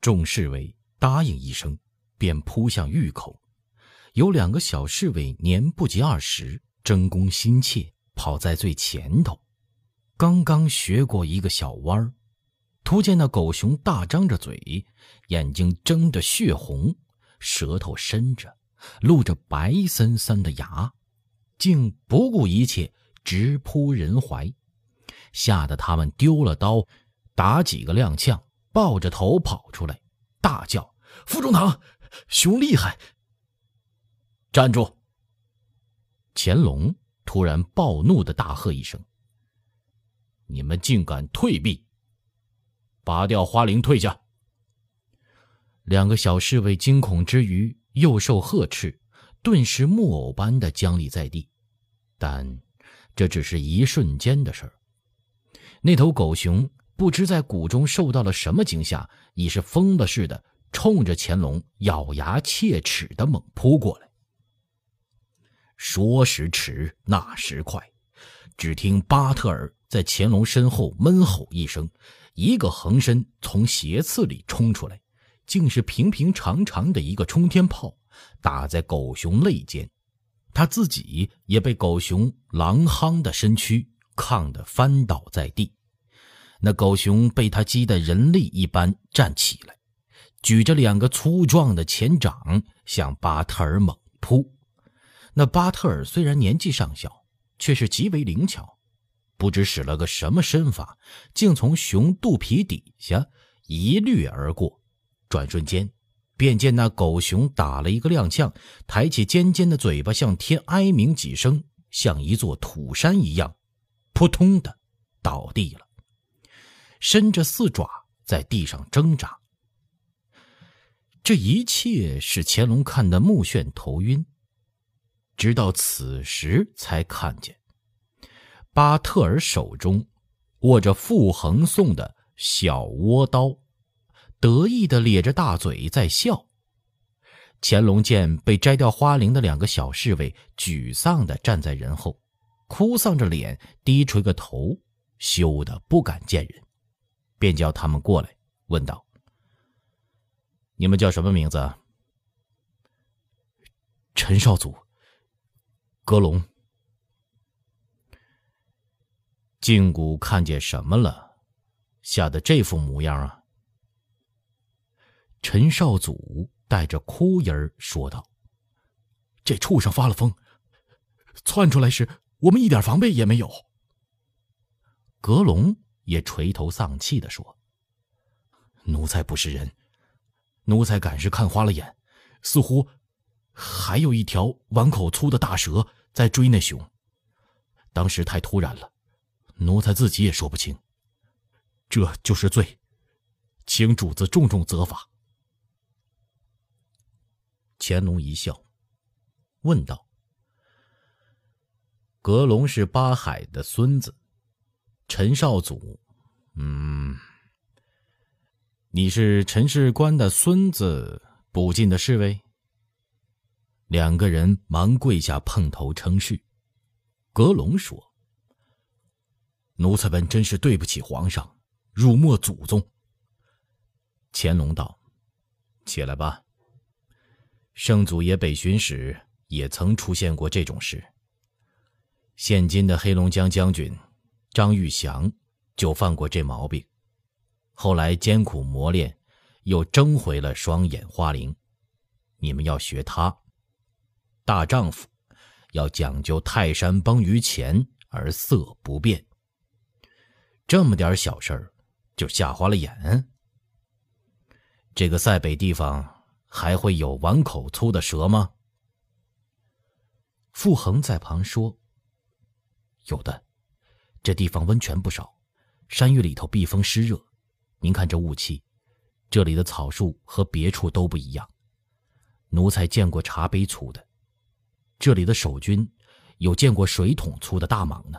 众侍卫答应一声，便扑向狱口。有2个小侍卫年不及20，争功心切，跑在最前头。刚刚学过一个小弯儿，突见那狗熊大张着嘴，眼睛睁得血红，舌头伸着，露着白森森的牙，竟不顾一切直扑人怀，吓得他们丢了刀，打几个踉跄，抱着头跑出来，大叫：副中堂，熊厉害！站住！乾隆突然暴怒地大喝一声：你们竟敢退避！拔掉花翎退下！2个小侍卫惊恐之余，又受呵斥，顿时木偶般的僵立在地。但这只是一瞬间的事儿。那头狗熊不知在谷中受到了什么惊吓，已是疯了似的，冲着乾隆咬牙切齿地猛扑过来。说时迟，那时快，只听巴特尔在乾隆身后闷吼一声，一个横身从斜刺里冲出来，竟是平平常常的一个冲天炮，打在狗熊肋间。他自己也被狗熊狼夯的身躯抗得翻倒在地。那狗熊被他击得人力一般站起来，举着2个粗壮的前掌向巴特尔猛扑。那巴特尔虽然年纪尚小，却是极为灵巧，不知使了个什么身法，竟从熊肚皮底下一掠而过。转瞬间便见那狗熊打了一个踉跄，抬起尖尖的嘴巴向天哀鸣几声，像一座土山一样，扑通的倒地了，伸着4爪在地上挣扎。这一切使乾隆看得目眩头晕，直到此时才看见巴特尔手中握着傅恒送的小倭刀，得意地咧着大嘴在笑。乾隆见被摘掉花翎的2个小侍卫沮丧地站在人后，哭丧着脸，低垂个头，羞得不敢见人，便叫他们过来，问道：你们叫什么名字？陈少祖，阁龙。胫骨看见什么了，吓得这副模样啊？陈少祖带着哭音儿说道：这畜生发了疯，窜出来时我们一点防备也没有。阁龙也垂头丧气地说：奴才不是人，奴才赶是看花了眼，似乎还有一条碗口粗的大蛇在追那熊，当时太突然了，奴才自己也说不清，这就是罪，请主子重重责罚。乾隆一笑，问道：阁龙是八海的孙子，陈少祖，你是陈士官的孙子，补进的侍卫？2个人忙跪下碰头称是。阁龙说：奴才本真是对不起皇上，辱没祖宗。乾隆道：起来吧，圣祖爷北巡时也曾出现过这种事。现今的黑龙江将军张玉祥就犯过这毛病，后来艰苦磨练，又争回了双眼花翎。你们要学他，大丈夫要讲究泰山崩于前而色不变。这么点小事儿就吓花了眼？这个塞北地方还会有碗口粗的蛇吗？傅恒在旁说：有的，这地方温泉不少，山岳里头避风湿热，您看这雾气，这里的草树和别处都不一样。奴才见过茶杯粗的，这里的守军有见过水桶粗的大蟒呢。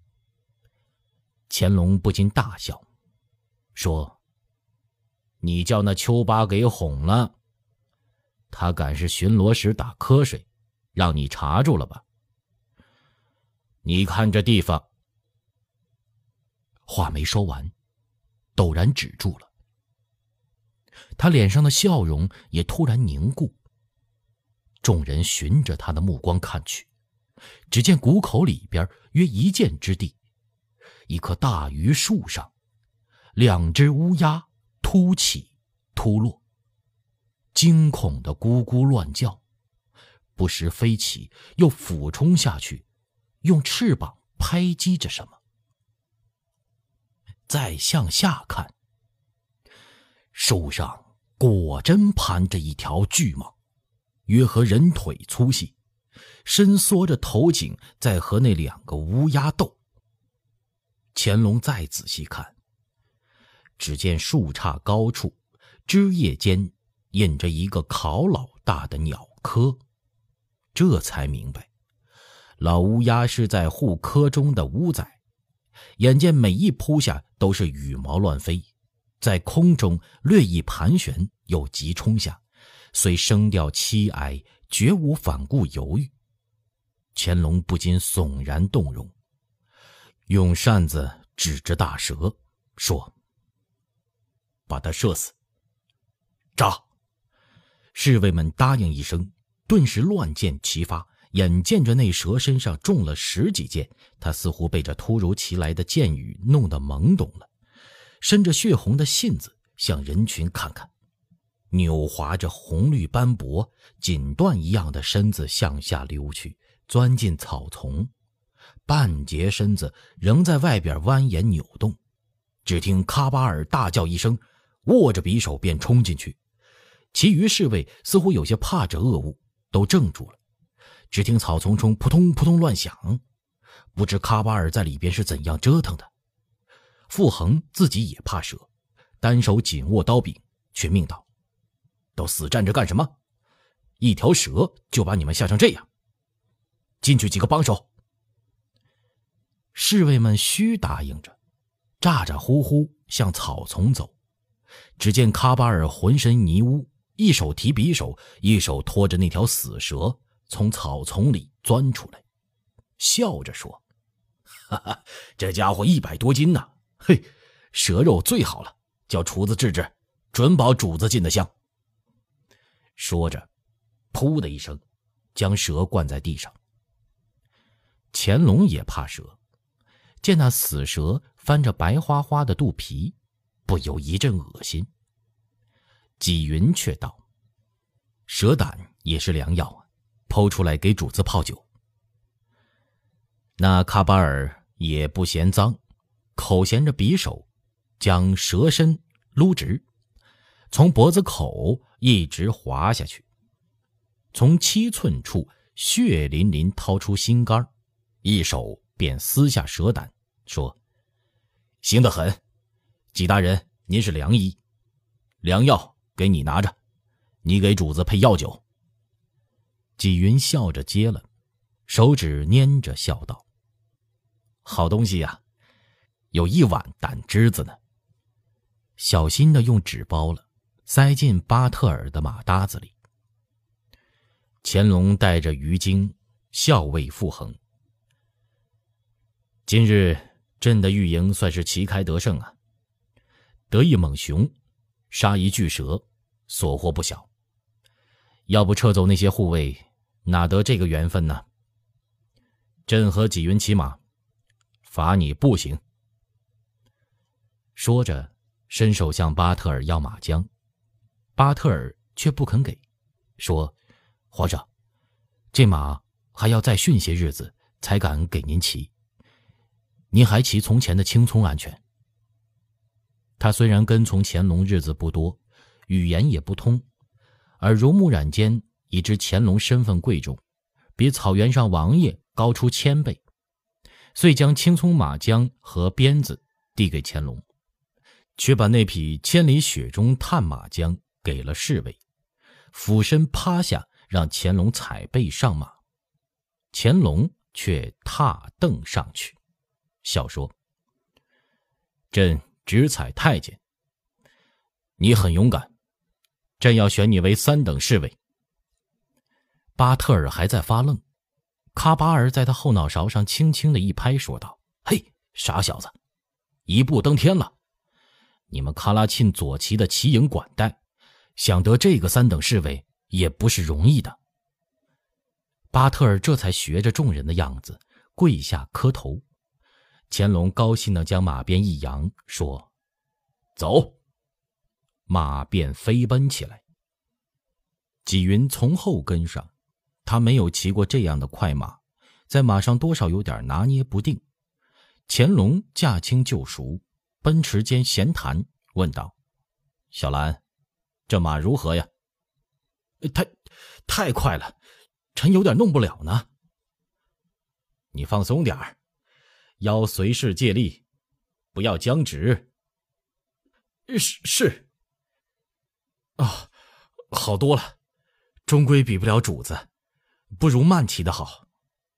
乾隆不禁大笑，说：你叫那丘巴给哄了，他敢是巡逻时打瞌睡，让你查住了吧？你看这地方。话没说完，陡然止住了。 他脸上的笑容也突然凝固。众人循着他的目光看去，只见谷口里边约1箭之地，一棵大榆树上，2只乌鸦突起突落，惊恐地咕咕乱叫，不时飞起，又俯冲下去，用翅膀拍击着什么。再向下看，树上果真盘着一条巨蟒，约合人腿粗细，伸缩着头颈在和那2个乌鸦斗。乾隆再仔细看，只见树杈高处枝叶间印着一个考老大的鸟科，这才明白老乌鸦是在护科中的乌仔，眼见每一扑下都是羽毛乱飞，在空中略一盘旋又急冲下，虽声调凄哀，绝无反顾犹豫。乾隆不禁悚然动容，用扇子指着大蛇说：“把它射死。”扎！侍卫们答应一声，顿时乱箭齐发，眼见着那蛇身上中了10几箭，他似乎被这突如其来的箭雨弄得懵懂了，伸着血红的信子向人群看看，扭滑着红绿斑驳锦缎一样的身子向下溜去，钻进草丛，半截身子仍在外边蜿蜒扭动。只听卡巴尔大叫一声，握着匕首便冲进去。其余侍卫似乎有些怕着恶物，都怔住了。只听草丛中扑通扑通乱响，不知卡巴尔在里边是怎样折腾的。傅恒自己也怕蛇，单手紧握刀柄，却命道：“都死站着干什么？一条蛇就把你们吓成这样，进去几个帮手。”侍卫们须答应着，咋咋呼呼向草丛走。只见卡巴尔浑身泥污，一手提匕首，一手拖着那条死蛇从草丛里钻出来，笑着说：“哈哈，这家伙100多斤呢，嘿，蛇肉最好了，叫厨子治治，准保主子进得香。”说着，噗的一声，将蛇灌在地上。乾隆也怕蛇，见那死蛇翻着白花花的肚皮，不由一阵恶心。纪云却道：“蛇胆也是良药啊，剖出来给主子泡酒。”那卡巴尔也不嫌脏，口衔着匕首，将蛇身撸直，从脖子口一直滑下去，从7寸处血淋淋掏出心肝，一手便撕下蛇胆，说：“行得很，纪大人您是良医，良药给你拿着，你给主子配药酒。”纪云笑着接了，手指拈着笑道：“好东西呀，有1碗胆汁子呢。”小心地用纸包了，塞进巴特尔的马搭子里。乾隆带着鱼精笑慰傅恒：“今日朕的御营算是旗开得胜啊，得一猛熊，杀一巨蛇，所获不小。要不撤走那些护卫，哪得这个缘分呢？朕和纪云骑马，罚你步行。”说着伸手向巴特尔要马缰，巴特尔却不肯给，说：“皇上，这马还要再训些日子才敢给您骑，您还骑从前的青葱安全。”他虽然跟从乾隆日子不多，语言也不通，而容目染间已知乾隆身份贵重，比草原上王爷高出1000倍，遂将青葱马缰和鞭子递给乾隆，却把那匹千里雪中探马缰给了侍卫，俯身趴下让乾隆踩背上马。乾隆却踏蹬上去，笑说：“朕只踩太监，你很勇敢，朕要选你为3等侍卫。”巴特尔还在发愣，卡巴尔在他后脑勺上轻轻的一拍，说道：“嘿，傻小子，一步登天了！你们喀拉沁左旗的旗营管带想得这个3等侍卫也不是容易的。巴特尔这才学着众人的样子跪下磕头。乾隆高兴地将马鞭一扬，说：“走！”马便飞奔起来。纪云从后跟上，他没有骑过这样的快马，在马上多少有点拿捏不定。乾隆驾轻就熟，奔驰间闲谈，问道：“小兰，这马如何呀？”“太快了，臣有点弄不了呢。”“你放松点儿，要随时借力，不要僵直。”“是。”“哦，好多了，终归比不了主子，不如慢骑的好。”“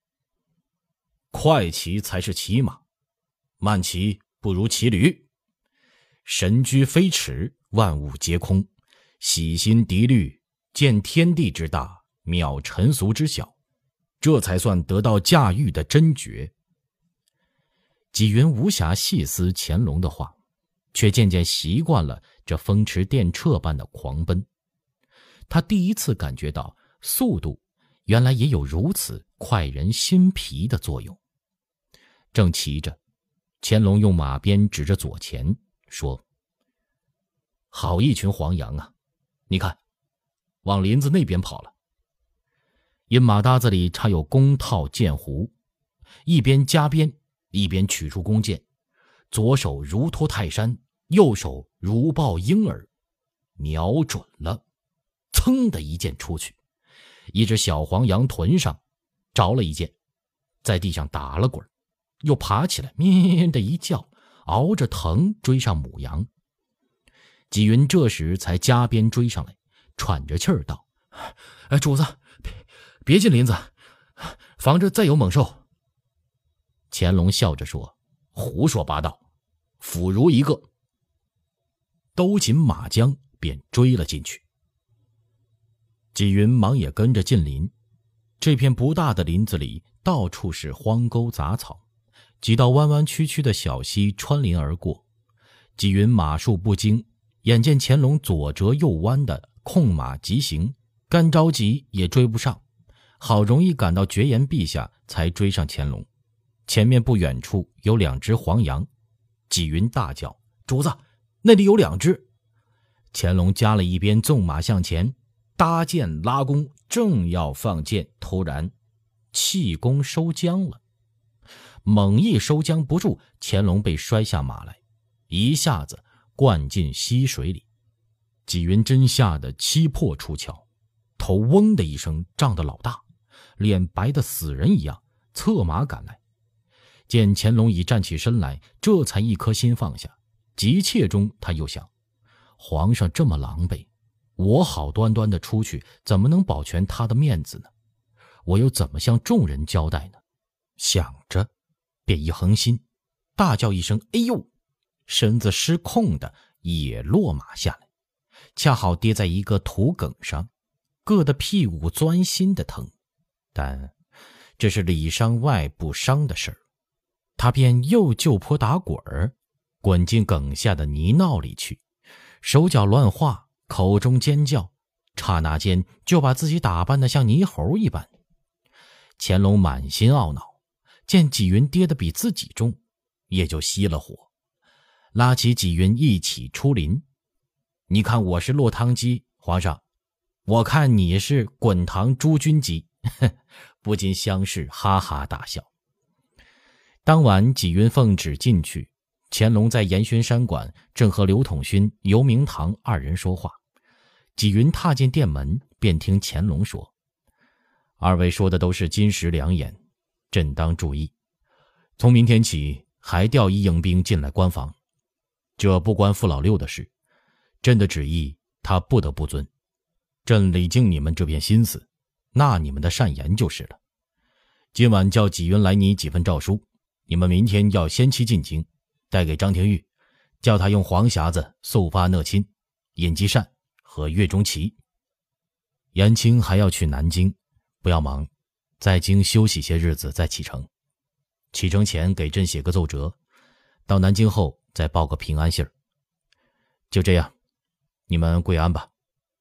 快骑才是骑马，慢骑不如骑驴。神居飞驰，万物皆空，洗心涤虑，见天地之大，渺尘俗之小，这才算得到驾驭的真诀。”纪云无暇细思乾隆的话，却渐渐习惯了这风驰电掣般的狂奔。他第一次感觉到速度原来也有如此快人心脾的作用。正骑着，乾隆用马鞭指着左前，说：“好一群黄羊啊！你看，往林子那边跑了。”因马搭子里插有弓套箭壶，一边夹鞭，一边取出弓箭，左手如托泰山，右手如抱婴儿，瞄准了，噌的一箭出去，一只小黄羊臀上着了一箭，在地上打了滚，又爬起来，咩的一叫，熬着疼追上母羊。纪云这时才夹鞭追上来，喘着气儿道：“主子，别进林子，防着再有猛兽。”乾隆笑着说：“胡说八道，妇孺一个。”兜紧马缰便追了进去。纪云忙也跟着进林。这片不大的林子里到处是荒沟杂草，几道弯弯曲曲的小溪穿林而过。纪云马术不精，眼见乾隆左折右弯的控马疾行，干着急也追不上，好容易赶到绝颜陛下，才追上乾隆。前面不远处有2只黄羊，纪云大叫：“主子，那里有2只！”乾隆加了一鞭，纵马向前，搭箭拉弓，正要放箭，突然弃弓收缰了。猛一收缰不住，乾隆被摔下马来，一下子灌进溪水里。纪云真吓得七魄出窍，头嗡的一声胀得老大，脸白得死人一样，策马赶来。见乾隆已站起身来，这才一颗心放下。急切中他又想，皇上这么狼狈，我好端端的出去，怎么能保全他的面子呢？我又怎么向众人交代呢？想着便一横心，大叫一声：“哎呦！”身子失控的也落马下来，恰好跌在一个土埂上，硌得屁股钻心的疼。但这是里伤外不伤的事儿，他便又就坡打滚儿，滚进埂下的泥淖里去，手脚乱画，口中尖叫，刹那间就把自己打扮得像泥猴一般。乾隆满心懊恼，见纪云跌得比自己重，也就熄了火，拉起纪云一起出林。你看我是落汤鸡，皇上，我看你是滚烫诸君鸡，不禁相视哈哈大笑。当晚纪云奉旨进去，乾隆在延轩山馆正和刘统勋、游明堂2人说话。纪云踏进殿门，便听乾隆说：“2位说的都是金石良言，朕当注意。从明天起还调1营兵进来关防，这不关父老6的事，朕的旨意他不得不遵。朕礼敬你们这片心思，纳你们的善言就是了。今晚叫纪云来拟几份诏书，你们明天要先期进京，带给张廷玉，叫他用黄匣子速发讷亲、尹继善和岳钟琪。延青还要去南京，不要忙，在京休息些日子再启程。启程前给朕写个奏折，到南京后再报个平安信儿。就这样，你们跪安吧，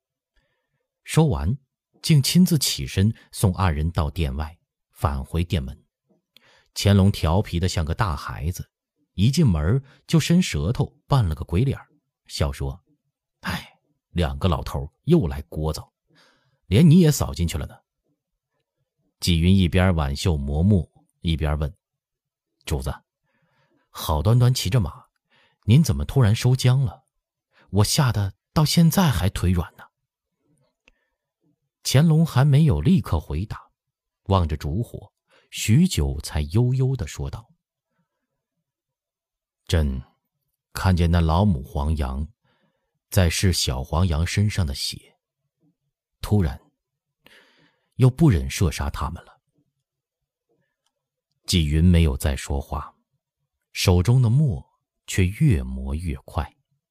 说完，竟亲自起身送二人到店外，返回店门。乾隆调皮得像个大孩子，一进门就伸舌头扮了个鬼脸，笑说：“哎，两个老头又来聒噪，连你也扫进去了呢。”纪云一边挽袖磨墨，一边问：“主子，好端端骑着马，您怎么突然收缰了？我吓得到现在还腿软呢。”乾隆还没有立刻回答，望着烛火，许久才悠悠地说道：“朕看见那老母黄羊在试小黄羊身上的血，突然又不忍射杀他们了。”纪云没有再说话，手中的墨却越磨越快。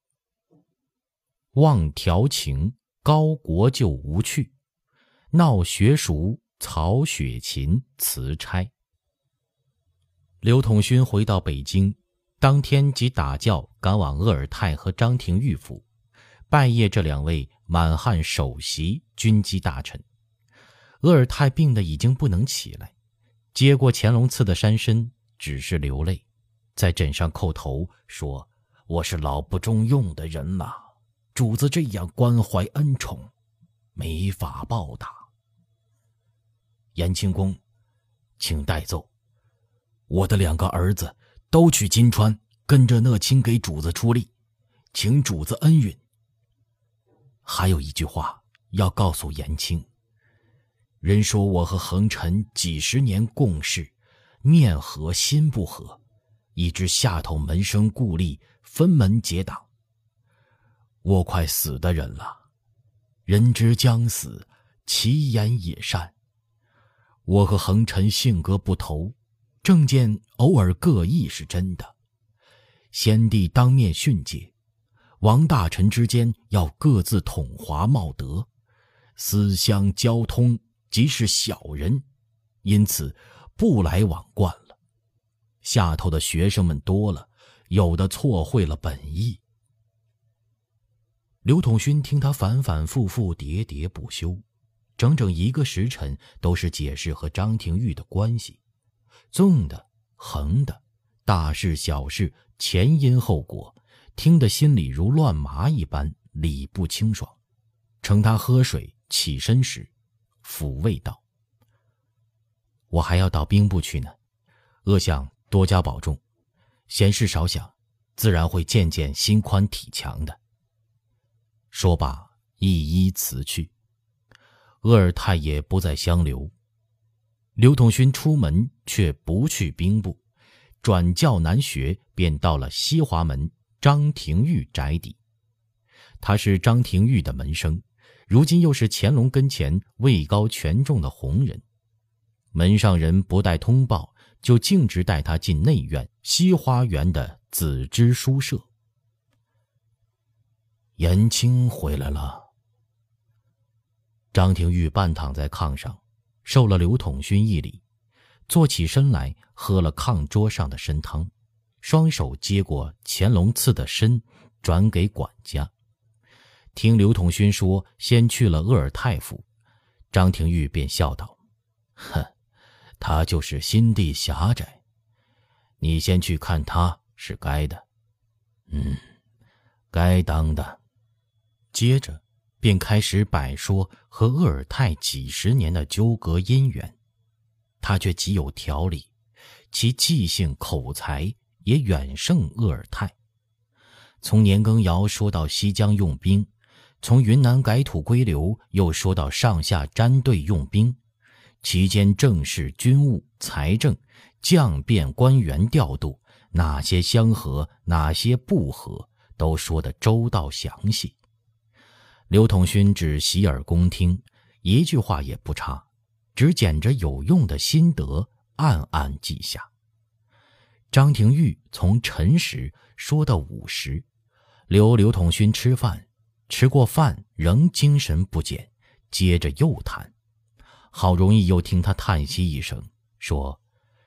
望调情，高国就无趣；闹学熟，曹雪芹辞差。刘统勋回到北京，当天即打轿赶往鄂尔泰和张廷玉府，拜谒这两位满汉首席军机大臣。鄂尔泰病得已经不能起来，接过乾隆赐的山参，只是流泪，在枕上叩头说：“我是老不中用的人了，主子这样关怀恩宠，没法报答。延庆公，请代奏，我的两个儿子都去金川跟着讷亲给主子出力，请主子恩允。还有一句话要告诉延庆，人说我和恒臣几十年共事，面和心不和，以致下头门生故吏分门结党。我快死的人了，人之将死，其言也善。我和恒臣性格不投，政见偶尔各异是真的。先帝当面训诫，王大臣之间要各自统华茂德，思乡交通即是小人，因此不来往惯了。下头的学生们多了，有的错会了本意。刘统勋听他反反复复喋喋不休，整整1个时辰都是解释和张廷玉的关系，纵的横的，大事小事，前因后果，听得心里如乱麻一般，理不清爽。趁他喝水起身时，抚慰道：“我还要到兵部去呢，鄂相多加保重，闲事少想，自然会渐渐心宽体强的。”说罢一一辞去。鄂尔泰也不再相留。刘统勋出门却不去兵部，转教南学，便到了西华门张廷玉宅邸。他是张廷玉的门生，如今又是乾隆跟前位高权重的红人。门上人不带通报，就径直带他进内院西花园的紫芝书舍。延庆回来了。张廷玉半躺在炕上，受了刘统勋一礼，坐起身来喝了炕桌上的参汤，双手接过乾隆赐的参，转给管家。听刘统勋说先去了鄂尔泰府，张廷玉便笑道：“哼，他就是心地狭窄，你先去看他是该的。该当的。”接着便开始摆说和鄂尔泰几十年的纠葛姻缘，他却极有条理，其记性口才也远胜鄂尔泰。从年羹尧说到西江用兵，从云南改土归流又说到上下沾对用兵，其间政事、军务、财政、将变、官员调度，哪些相合，哪些不合，都说得周到详细。刘统勋只洗耳恭听，一句话也不插，只捡着有用的心得暗暗记下。张廷玉从辰时说到午时，留刘统勋吃饭，吃过饭仍精神不减，接着又谈。好容易又听他叹息一声，说：“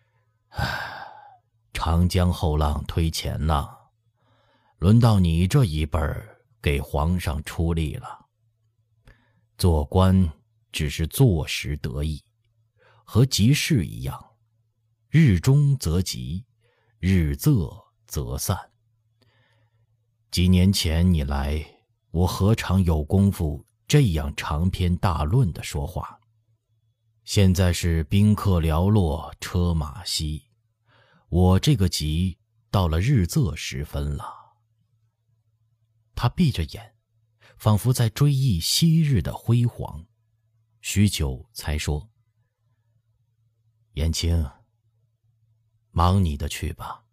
长江后浪推前浪，轮到你这一辈儿给皇上出力了。 做官只是坐时得意，和集市一样，日中则集，日仄则散。几年前你来，我何尝有功夫这样长篇大论地说话？现在是宾客寥落，车马稀，我这个集到了日仄时分了。他闭着眼，仿佛在追忆昔日的辉煌，许久才说：言青，忙你的去吧。